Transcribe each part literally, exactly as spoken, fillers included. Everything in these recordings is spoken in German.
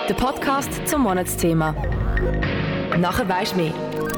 Der Podcast zum Monatsthema. Nachher weisst du mehr.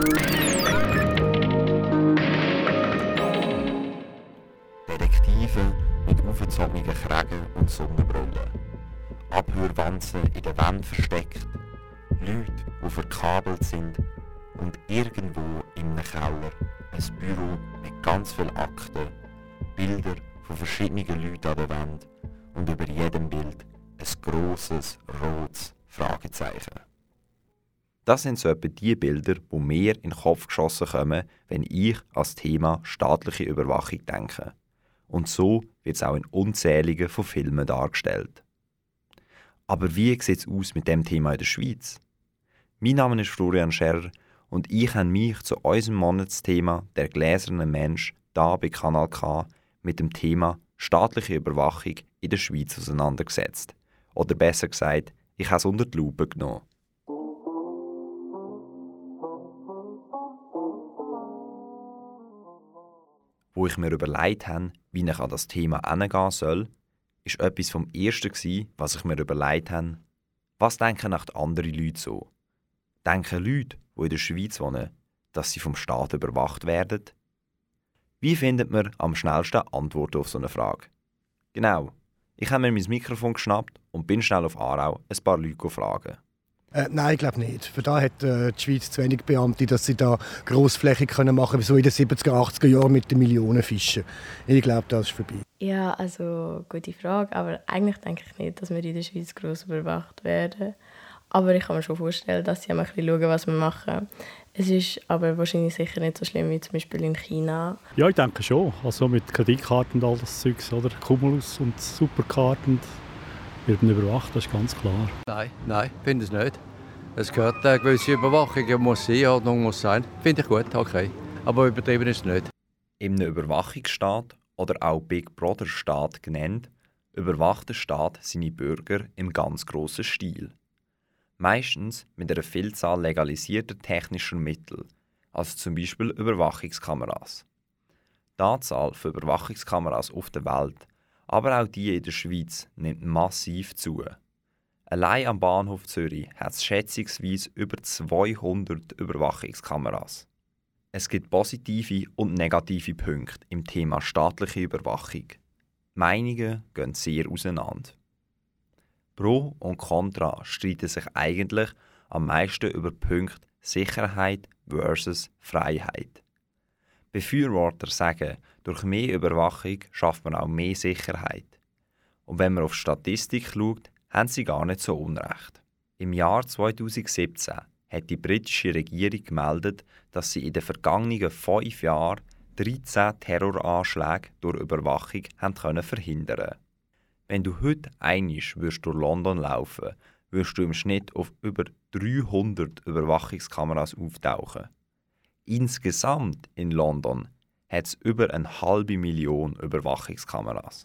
Detektive mit aufgezogenen Kragen und Sonnenbrillen. Abhörwanzen in den Wänden versteckt. Leute, die verkabelt sind. Und irgendwo in einem Keller ein Büro mit ganz vielen Akten. Bilder von verschiedenen Leuten an der Wand. Und über jedem Bild ein grosses, rotes Fragezeichen. Das sind so etwa die Bilder, die mir in den Kopf geschossen kommen, wenn ich an das Thema staatliche Überwachung denke. Und so wird es auch in unzähligen von Filmen dargestellt. Aber wie sieht es aus mit dem Thema in der Schweiz? Mein Name ist Florian Scherrer und ich habe mich zu unserem Monatsthema «Der gläserne Mensch» hier bei Kanal K mit dem Thema staatliche Überwachung in der Schweiz auseinandergesetzt. Oder besser gesagt, ich habe es unter die Lupe genommen. Wo ich mir überlegt habe, wie ich an das Thema herangehen soll, ist etwas vom Ersten gewesen, was ich mir überlegt habe. Was denken echt andere Leute so? Denken Leute, die in der Schweiz wohnen, dass sie vom Staat überwacht werden? Wie findet man am schnellsten Antworten auf so eine Frage? Genau, ich habe mir mein Mikrofon geschnappt und bin schnell auf Aarau ein paar Leute gefragt. Äh, nein, ich glaube nicht. Für da hat äh, die Schweiz zu wenig Beamte, dass sie da grossflächig können machen können, wie so in den siebziger, achtziger Jahren mit den Millionenfischen. Ich glaube, das ist vorbei. Ja, also gute Frage, aber eigentlich denke ich nicht, dass wir in der Schweiz gross überwacht werden. Aber ich kann mir schon vorstellen, dass sie ein bisschen schauen, was wir machen. Es ist aber wahrscheinlich sicher nicht so schlimm wie zum Beispiel in China. Ja, ich denke schon. Also mit Kreditkarten und all das Zeugs, oder? Cumulus und Superkarten wird man überwacht, das ist ganz klar. Nein, nein, finde ich nicht. Es gehört eine gewisse Überwachung, muss sein, Ordnung muss sein. Finde ich gut, okay. Aber übertrieben ist es nicht. In einem Überwachungsstaat oder auch Big Brother Staat genannt, überwacht der Staat seine Bürger im ganz grossen Stil. Meistens mit einer Vielzahl legalisierter technischer Mittel, also zum Beispiel Überwachungskameras. Die Anzahl von Überwachungskameras auf der Welt, aber auch die in der Schweiz, nimmt massiv zu. Allein am Bahnhof Zürich hat es schätzungsweise über zweihundert Überwachungskameras. Es gibt positive und negative Punkte im Thema staatliche Überwachung. Die Meinungen gehen sehr auseinander. Pro und Contra streiten sich eigentlich am meisten über die Punkte Sicherheit versus Freiheit. Befürworter sagen, durch mehr Überwachung schafft man auch mehr Sicherheit. Und wenn man auf Statistik schaut, haben sie gar nicht so unrecht. Im Jahr zweitausendsiebzehn hat die britische Regierung gemeldet, dass sie in den vergangenen fünf Jahren dreizehn Terroranschläge durch Überwachung haben können verhindern. Wenn du heute einmal durch London laufen würdest, wirst du im Schnitt auf über dreihundert Überwachungskameras auftauchen. Insgesamt in London hat es über eine halbe Million Überwachungskameras.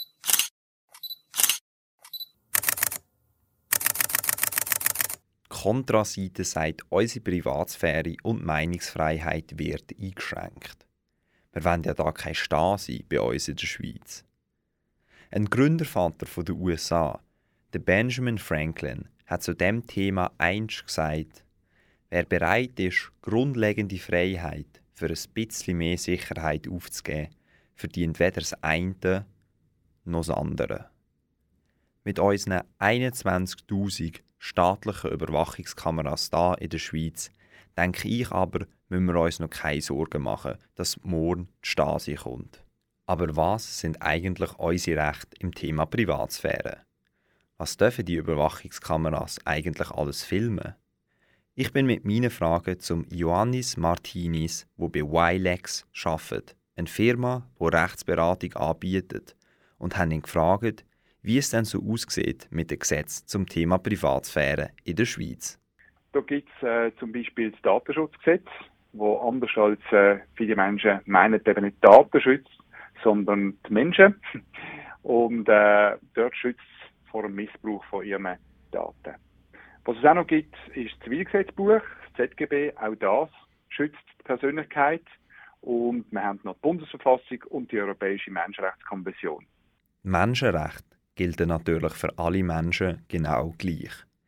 Die Kontraseite sagt, unsere Privatsphäre und Meinungsfreiheit wird eingeschränkt. Wir wollen ja da kein Stasi bei uns in der Schweiz. Ein Gründervater der U S A, der Benjamin Franklin, hat zu dem Thema einst gesagt, wer bereit ist, grundlegende Freiheit für ein bisschen mehr Sicherheit aufzugeben, verdient weder das eine noch das andere. Mit unseren einundzwanzigtausend staatlichen Überwachungskameras hier in der Schweiz denke ich aber, müssen wir uns noch keine Sorgen machen, dass morgen die Stasi kommt. Aber was sind eigentlich unsere Rechte im Thema Privatsphäre? Was dürfen die Überwachungskameras eigentlich alles filmen? Ich bin mit meinen Fragen zum Ioannis Martinis, der bei Wilex arbeitet, eine Firma, die Rechtsberatung anbietet, und habe ihn gefragt, wie es denn so aussieht mit dem Gesetz zum Thema Privatsphäre in der Schweiz. Da gibt es äh, zum Beispiel das Datenschutzgesetz, wo anders als äh, viele Menschen meinen, eben nicht Datenschutz, sondern die Menschen. Und äh, dort schützt es vor dem Missbrauch von ihren Daten. Was es auch noch gibt, ist das Zivilgesetzbuch, das Z G B. Auch das schützt die Persönlichkeit. Und wir haben noch die Bundesverfassung und die Europäische Menschenrechtskonvention. Menschenrechte gelten natürlich für alle Menschen genau gleich.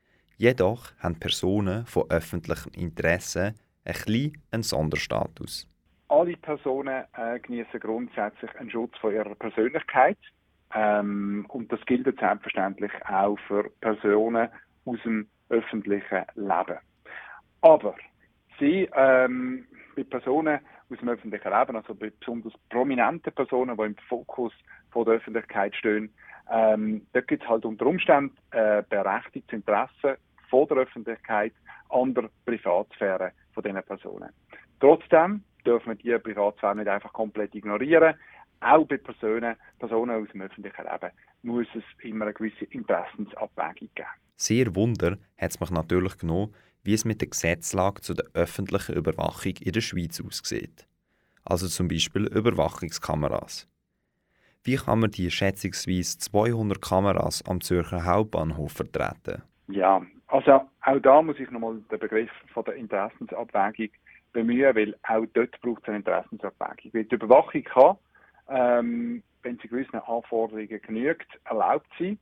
Jedoch haben Personen von öffentlichem Interesse ein bisschen einen Sonderstatus. Alle Personen äh, genießen grundsätzlich einen Schutz von ihrer Persönlichkeit. Ähm, und das gilt selbstverständlich auch für Personen aus dem öffentlichen Leben. Aber sie, ähm, bei Personen aus dem öffentlichen Leben, also bei besonders prominenten Personen, die im Fokus von der Öffentlichkeit stehen, ähm, da gibt es halt unter Umständen äh, berechtigtes Interesse von der Öffentlichkeit an der Privatsphäre von diesen Personen. Trotzdem dürfen wir diese Privatsphäre nicht einfach komplett ignorieren. Auch bei Personen, Personen aus dem öffentlichen Leben muss es immer eine gewisse Interessensabwägung geben. Sehr Wunder hat es mich natürlich genommen, wie es mit der Gesetzlage zu der öffentlichen Überwachung in der Schweiz aussieht. Also zum Beispiel Überwachungskameras. Wie kann man die schätzungsweise zweihundert Kameras am Zürcher Hauptbahnhof vertreten? Ja, also auch da muss ich nochmal den Begriff von der Interessensabwägung bemühen, weil auch dort braucht es eine Interessensabwägung. Weil die Überwachung kann, ähm, wenn sie gewissen Anforderungen genügt, erlaubt sein.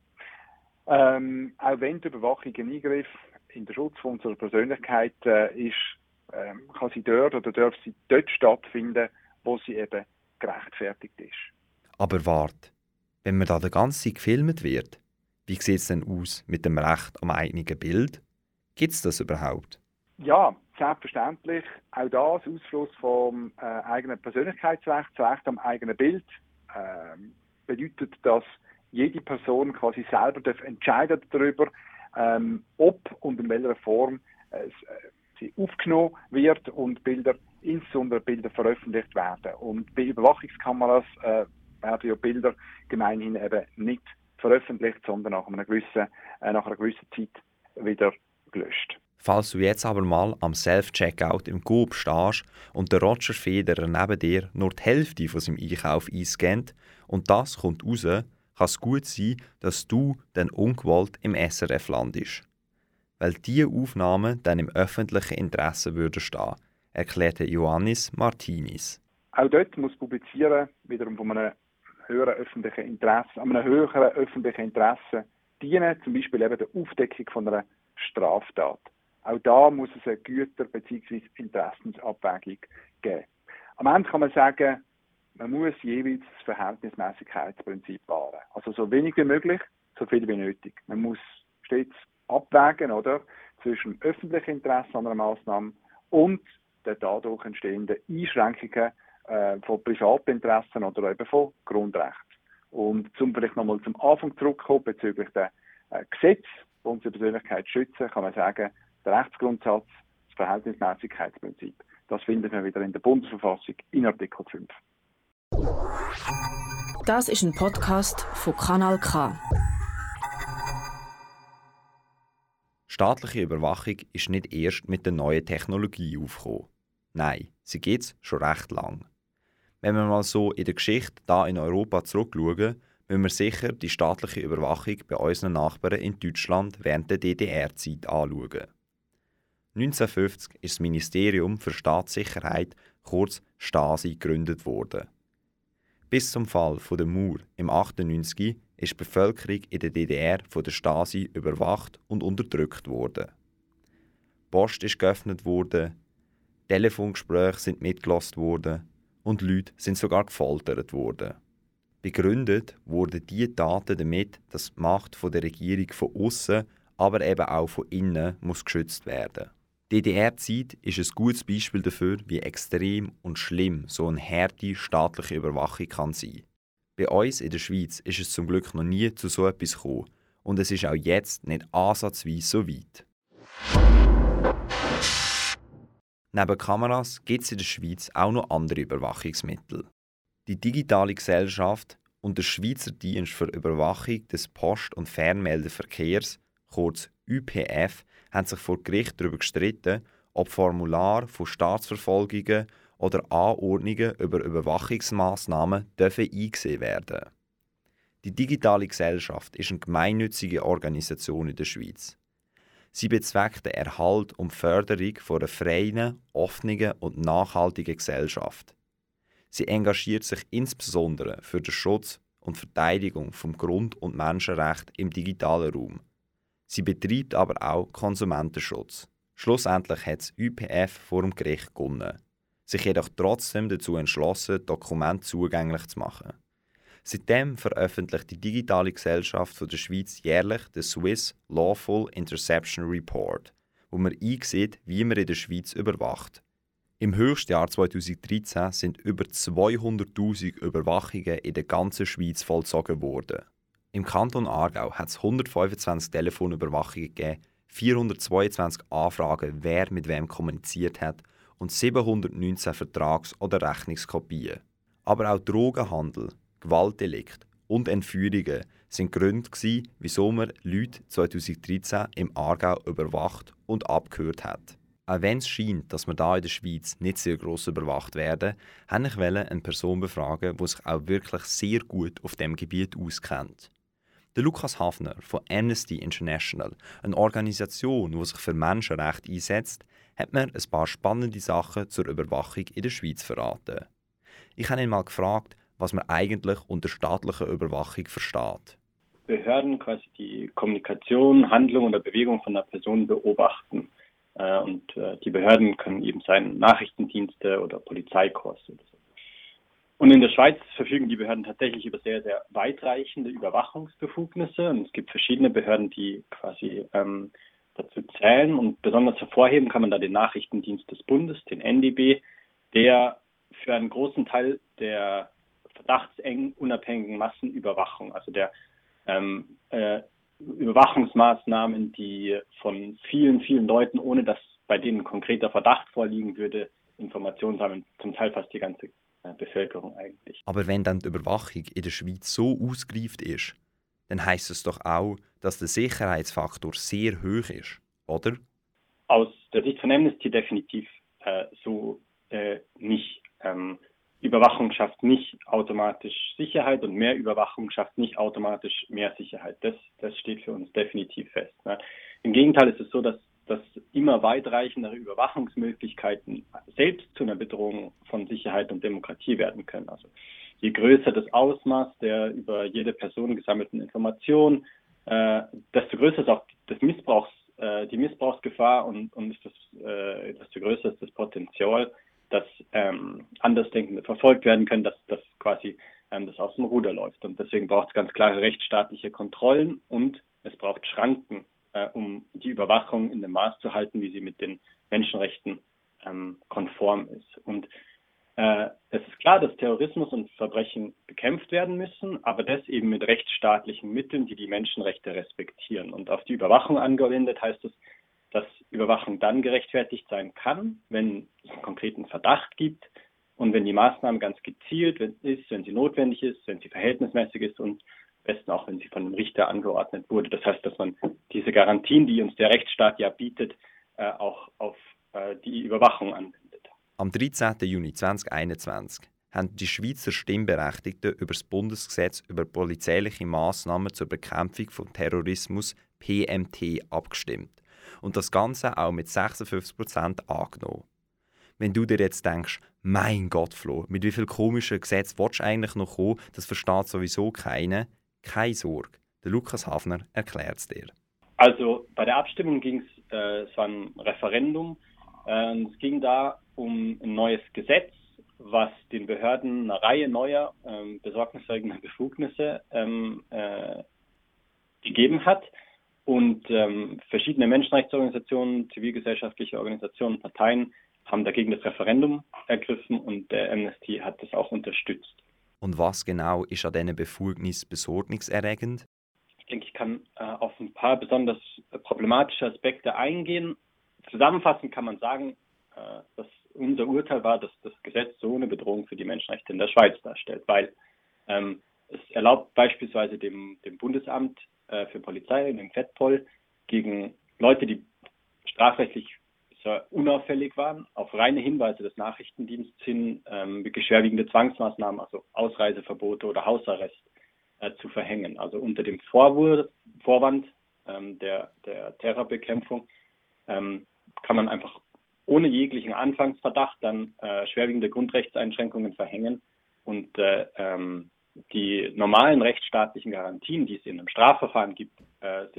Ähm, auch wenn die Überwachung ein Eingriff in den Schutz von unserer Persönlichkeit äh, ist, ähm, kann sie dort oder darf sie dort stattfinden, wo sie eben gerechtfertigt ist. Aber wart, wenn man da die ganze Zeit gefilmt wird, wie sieht es denn aus mit dem Recht am eigenen Bild? Gibt es das überhaupt? Ja, selbstverständlich. Auch das Ausfluss vom äh, eigenen Persönlichkeitsrecht, das Recht am eigenen Bild, äh, bedeutet, dass jede Person quasi selber darf entscheiden darüber, ähm, ob und in welcher Form äh, sie aufgenommen wird und Bilder, insbesondere Bilder veröffentlicht werden. Und bei Überwachungskameras äh, werden ja Bilder gemeinhin eben nicht veröffentlicht, sondern nach einer gewissen, äh, nach einer gewissen Zeit wieder gelöscht. Falls du jetzt aber mal am Self-Checkout im Coop stehst und der Roger Federer neben dir nur die Hälfte von seinem Einkauf einscannt und das kommt raus, kann es gut sein, dass du dann ungewollt im S R F landest. Weil diese Aufnahmen dann im öffentlichen Interesse würden stehen, erklärte Ioannis Martinis. Auch dort muss Publizieren wiederum von einem höheren öffentlichen Interesse, einem höheren öffentlichen Interesse dienen, zum Beispiel eben der Aufdeckung von einer Straftat. Auch da muss es eine Güter- bzw. Interessensabwägung geben. Am Ende kann man sagen, man muss jeweils das Verhältnismäßigkeitsprinzip wahren. Also so wenig wie möglich, so viel wie nötig. Man muss stets abwägen, oder, zwischen dem öffentlichen Interesse an einer Massnahme und den dadurch entstehenden Einschränkungen äh, von privaten Interessen oder eben von Grundrechten. Und um vielleicht nochmal zum Anfang zurückzukommen bezüglich der äh, Gesetze, die unsere Persönlichkeit schützen, kann man sagen, der Rechtsgrundsatz, das Verhältnismäßigkeitsprinzip, das findet man wieder in der Bundesverfassung in Artikel fünf. Das ist ein Podcast von Kanal K. Staatliche Überwachung ist nicht erst mit der neuen Technologie aufgekommen. Nein, sie gibt es schon recht lang. Wenn wir mal so in der Geschichte da in Europa zurückschauen, müssen wir sicher die staatliche Überwachung bei unseren Nachbarn in Deutschland während der D D R-Zeit anschauen. neunzehnhundertfünfzig ist das Ministerium für Staatssicherheit, kurz Stasi, gegründet worden. Bis zum Fall von der Mauer im achtundneunzig ist die Bevölkerung in der D D R von der Stasi überwacht und unterdrückt worden. Die Post ist geöffnet worden, Telefongespräche sind mitgelassen worden und Leute sind sogar gefoltert worden. Begründet wurden diese Taten damit, dass die Macht von der Regierung von außen, aber eben auch von innen muss geschützt werden. Die D D R-Zeit ist ein gutes Beispiel dafür, wie extrem und schlimm so eine harte staatliche Überwachung kann sein. Bei uns in der Schweiz ist es zum Glück noch nie zu so etwas gekommen und es ist auch jetzt nicht ansatzweise so weit. Neben Kameras gibt es in der Schweiz auch noch andere Überwachungsmittel. Die digitale Gesellschaft und der Schweizer Dienst für Überwachung des Post- und Fernmeldeverkehrs, kurz U P F, haben sich vor Gericht darüber gestritten, ob Formulare von Staatsverfolgungen oder Anordnungen über Überwachungsmaßnahmen dürfen eingesehen werden. Die digitale Gesellschaft ist eine gemeinnützige Organisation in der Schweiz. Sie bezweckt den Erhalt und Förderung von einer freien, offenen und nachhaltigen Gesellschaft. Sie engagiert sich insbesondere für den Schutz und Verteidigung vom Grund- und Menschenrecht im digitalen Raum. Sie betreibt aber auch Konsumentenschutz. Schlussendlich hat das Y P F vor dem Gericht gewonnen, sich jedoch trotzdem dazu entschlossen, Dokumente zugänglich zu machen. Seitdem veröffentlicht die digitale Gesellschaft von der Schweiz jährlich den Swiss Lawful Interception Report, wo man einsieht, wie man in der Schweiz überwacht. Im Höchstjahr zweitausenddreizehn sind über zweihunderttausend Überwachungen in der ganzen Schweiz vollzogen worden. Im Kanton Aargau hat es hundertfünfundzwanzig Telefonüberwachungen gegeben, vierhundertzweiundzwanzig Anfragen, wer mit wem kommuniziert hat, und siebenhundertneunzehn Vertrags- oder Rechnungskopien. Aber auch Drogenhandel, Gewaltdelikte und Entführungen sind Gründe gewesen, wieso man Leute zweitausenddreizehn im Aargau überwacht und abgehört hat. Auch wenn es scheint, dass wir da in der Schweiz nicht sehr gross überwacht werden, wollte ich eine Person befragen, die sich auch wirklich sehr gut auf dem Gebiet auskennt. Der Lukas Hafner von Amnesty International, eine Organisation, die sich für Menschenrechte einsetzt, hat mir ein paar spannende Sachen zur Überwachung in der Schweiz verraten. Ich habe ihn mal gefragt, was man eigentlich unter staatlicher Überwachung versteht. Behörden quasi die Kommunikation, Handlung oder Bewegung von einer Person beobachten. Und die Behörden können eben sein Nachrichtendienste oder Polizeikorps oder so. Und in der Schweiz verfügen die Behörden tatsächlich über sehr, sehr weitreichende Überwachungsbefugnisse. Und es gibt verschiedene Behörden, die quasi ähm, dazu zählen. Und besonders hervorheben kann man da den Nachrichtendienst des Bundes, den N D B, der für einen großen Teil der verdachtseng unabhängigen Massenüberwachung, also der ähm, äh, Überwachungsmaßnahmen, die von vielen, vielen Leuten, ohne dass bei denen konkreter Verdacht vorliegen würde, Informationen sammeln, zum Teil fast die ganze äh, Bevölkerung eigentlich. Aber wenn dann die Überwachung in der Schweiz so ausgereift ist, dann heisst es doch auch, dass der Sicherheitsfaktor sehr hoch ist, oder? Aus der Sicht von Amnesty definitiv äh, so äh, nicht. Ähm, Überwachung schafft nicht automatisch Sicherheit und mehr Überwachung schafft nicht automatisch mehr Sicherheit. Das, das steht für uns definitiv fest. Ne? Im Gegenteil ist es so, dass, dass immer weitreichendere Überwachungsmöglichkeiten selbst zu einer Bedrohung von Sicherheit und Demokratie werden können. Also je größer das Ausmaß der über jede Person gesammelten Informationen, äh, desto größer ist auch das Missbrauchs, äh, die Missbrauchsgefahr und, und ist das, äh, desto größer ist das Potenzial, dass ähm, Andersdenkende verfolgt werden können, dass das quasi ähm, das aus dem Ruder läuft. Und deswegen braucht es ganz klare rechtsstaatliche Kontrollen und es braucht Schranken, äh, um die Überwachung in dem Maß zu halten, wie sie mit den Menschenrechten ähm, konform ist. Und äh, es ist klar, dass Terrorismus und Verbrechen bekämpft werden müssen, aber das eben mit rechtsstaatlichen Mitteln, die die Menschenrechte respektieren. Und auf die Überwachung angewendet heißt es, dass Überwachung dann gerechtfertigt sein kann, wenn es einen konkreten Verdacht gibt und wenn die Maßnahme ganz gezielt ist, wenn sie notwendig ist, wenn sie verhältnismäßig ist und am besten auch, wenn sie von einem Richter angeordnet wurde. Das heißt, dass man diese Garantien, die uns der Rechtsstaat ja bietet, äh, auch auf äh, die Überwachung anwendet. Am dreizehnten Juni zweitausendeinundzwanzig haben die Schweizer Stimmberechtigten über das Bundesgesetz über polizeiliche Massnahmen zur Bekämpfung von Terrorismus P M T abgestimmt. Und das Ganze auch mit sechsundfünfzig Prozent angenommen. Wenn du dir jetzt denkst, mein Gott Flo, mit wie viel komischen Gesetzen willst du eigentlich noch kommen, das versteht sowieso keiner. Keine Sorge, der Lukas Hafner erklärt es dir. Also bei der Abstimmung ging es, äh, es war ein Referendum, äh, es ging da um ein neues Gesetz, was den Behörden eine Reihe neuer äh, besorgniserregender Befugnisse ähm, äh, gegeben hat. Und ähm, verschiedene Menschenrechtsorganisationen, zivilgesellschaftliche Organisationen, Parteien haben dagegen das Referendum ergriffen und der Amnesty hat das auch unterstützt. Und was genau ist an diesen Befugnissen besorgniserregend? Ich denke, ich kann äh, auf ein paar besonders problematische Aspekte eingehen. Zusammenfassend kann man sagen, äh, dass unser Urteil war, dass das Gesetz so eine Bedrohung für die Menschenrechte in der Schweiz darstellt, weil ähm, es erlaubt beispielsweise dem, dem Bundesamt für Polizei, dem Fedpol, gegen Leute, die strafrechtlich unauffällig waren, auf reine Hinweise des Nachrichtendienstes hin ähm, wirklich schwerwiegende Zwangsmaßnahmen, also Ausreiseverbote oder Hausarrest, äh, zu verhängen. Also unter dem Vorwurf, Vorwand ähm, der, der Terrorbekämpfung ähm, kann man einfach ohne jeglichen Anfangsverdacht dann äh, schwerwiegende Grundrechtseinschränkungen verhängen und äh, ähm, die normalen rechtsstaatlichen Garantien, die es in einem Strafverfahren gibt, äh, sind,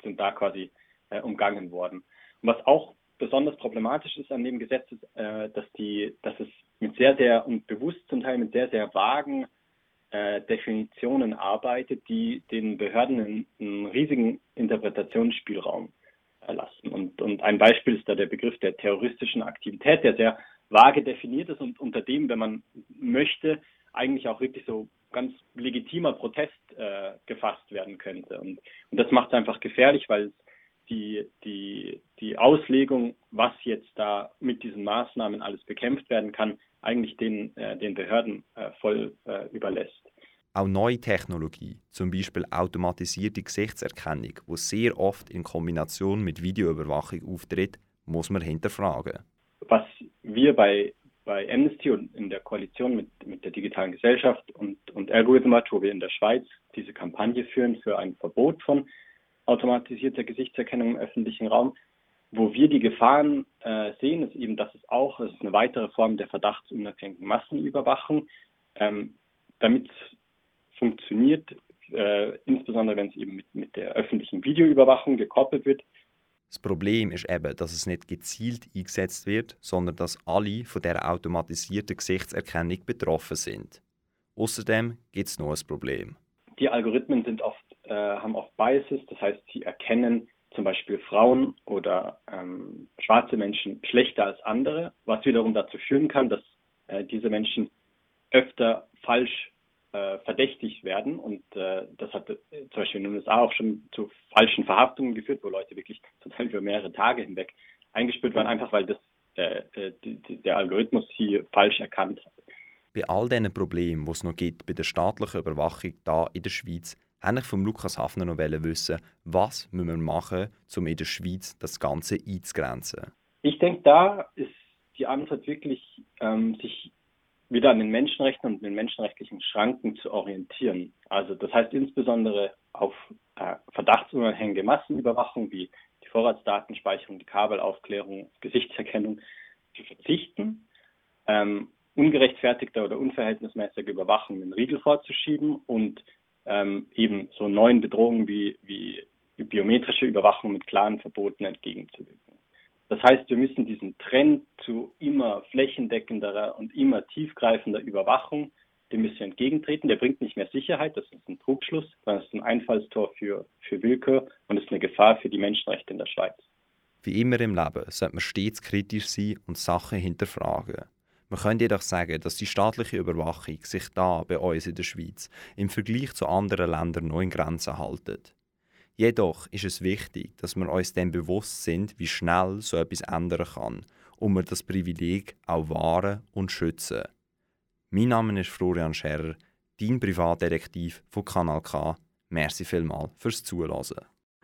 sind da quasi äh, umgangen worden. Und was auch besonders problematisch ist an dem Gesetz, ist, äh, dass, die, dass es mit sehr, sehr und bewusst zum Teil mit sehr, sehr vagen äh, Definitionen arbeitet, die den Behörden einen, einen riesigen Interpretationsspielraum erlassen. Und, und ein Beispiel ist da der Begriff der terroristischen Aktivität, der sehr vage definiert ist und unter dem, wenn man möchte, eigentlich auch wirklich so ganz legitimer Protest äh, gefasst werden könnte. Und, und das macht es einfach gefährlich, weil die, die, die Auslegung, was jetzt da mit diesen Maßnahmen alles bekämpft werden kann, eigentlich den, äh, den Behörden äh, voll äh, überlässt. Auch neue Technologie, zum Beispiel automatisierte Gesichtserkennung, die sehr oft in Kombination mit Videoüberwachung auftritt, muss man hinterfragen. Was wir bei, bei Amnesty und in der Koalition mit, mit der digitalen Gesellschaft und, und Algorithm Watch, wo wir in der Schweiz diese Kampagne führen für ein Verbot von automatisierter Gesichtserkennung im öffentlichen Raum, wo wir die Gefahren äh, sehen, ist eben, dass es auch, es ist eine weitere Form der verdachtsunabhängigen Massenüberwachung, ähm, damit es funktioniert, äh, insbesondere wenn es eben mit, mit der öffentlichen Videoüberwachung gekoppelt wird. Das Problem ist eben, dass es nicht gezielt eingesetzt wird, sondern dass alle von der automatisierten Gesichtserkennung betroffen sind. Außerdem gibt es noch ein Problem. Die Algorithmen sind oft, äh, haben oft Biases, das heißt, sie erkennen zum Beispiel Frauen oder ähm, schwarze Menschen schlechter als andere, was wiederum dazu führen kann, dass äh, diese Menschen öfter falsch äh, verdächtig werden. Und äh, das hat äh, zum Beispiel in den U S A auch schon zu falschen Verhaftungen geführt, wo Leute wirklich total über mehrere Tage hinweg eingesperrt waren, einfach weil das, äh, die, der Algorithmus sie falsch erkannt hat. Bei all diesen Problemen, die es noch gibt bei der staatlichen Überwachung hier in der Schweiz, wollte ich von Lukas Hafner noch wissen, was müssen wir machen, um in der Schweiz das Ganze einzugrenzen? Ich denke, da ist die Antwort wirklich, ähm, sich wieder an den Menschenrechten und den menschenrechtlichen Schranken zu orientieren. Also das heißt insbesondere auf äh, verdachtsunabhängige Massenüberwachung wie die Vorratsdatenspeicherung, die Kabelaufklärung, Gesichtserkennung zu verzichten, ähm, ungerechtfertigter oder unverhältnismäßiger Überwachung einen Riegel vorzuschieben und ähm, eben so neuen Bedrohungen wie, wie biometrische Überwachung mit klaren Verboten entgegenzuwirken. Das heißt, wir müssen diesen Trend zu immer flächendeckenderer und immer tiefgreifender Überwachung, dem müssen wir entgegentreten. Der bringt nicht mehr Sicherheit, das ist ein Trugschluss, sondern es ist ein Einfallstor für, für Willkür und ist eine Gefahr für die Menschenrechte in der Schweiz. Wie immer im Leben sollte man stets kritisch sein und Sachen hinterfragen. Man könnte jedoch sagen, dass die staatliche Überwachung sich da bei uns in der Schweiz im Vergleich zu anderen Ländern noch in Grenzen hält. Jedoch ist es wichtig, dass wir uns dem bewusst sind, wie schnell so etwas ändern kann und wir das Privileg auch wahren und schützen. Mein Name ist Florian Scherrer, dein Privatdetektiv von Kanal K. Merci vielmals fürs Zuhören.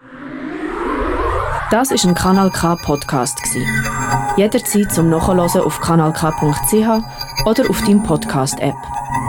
Das war ein Kanal K Podcast. Jederzeit zum Nachhören auf kanal k punkt c h oder auf deinem Podcast-App.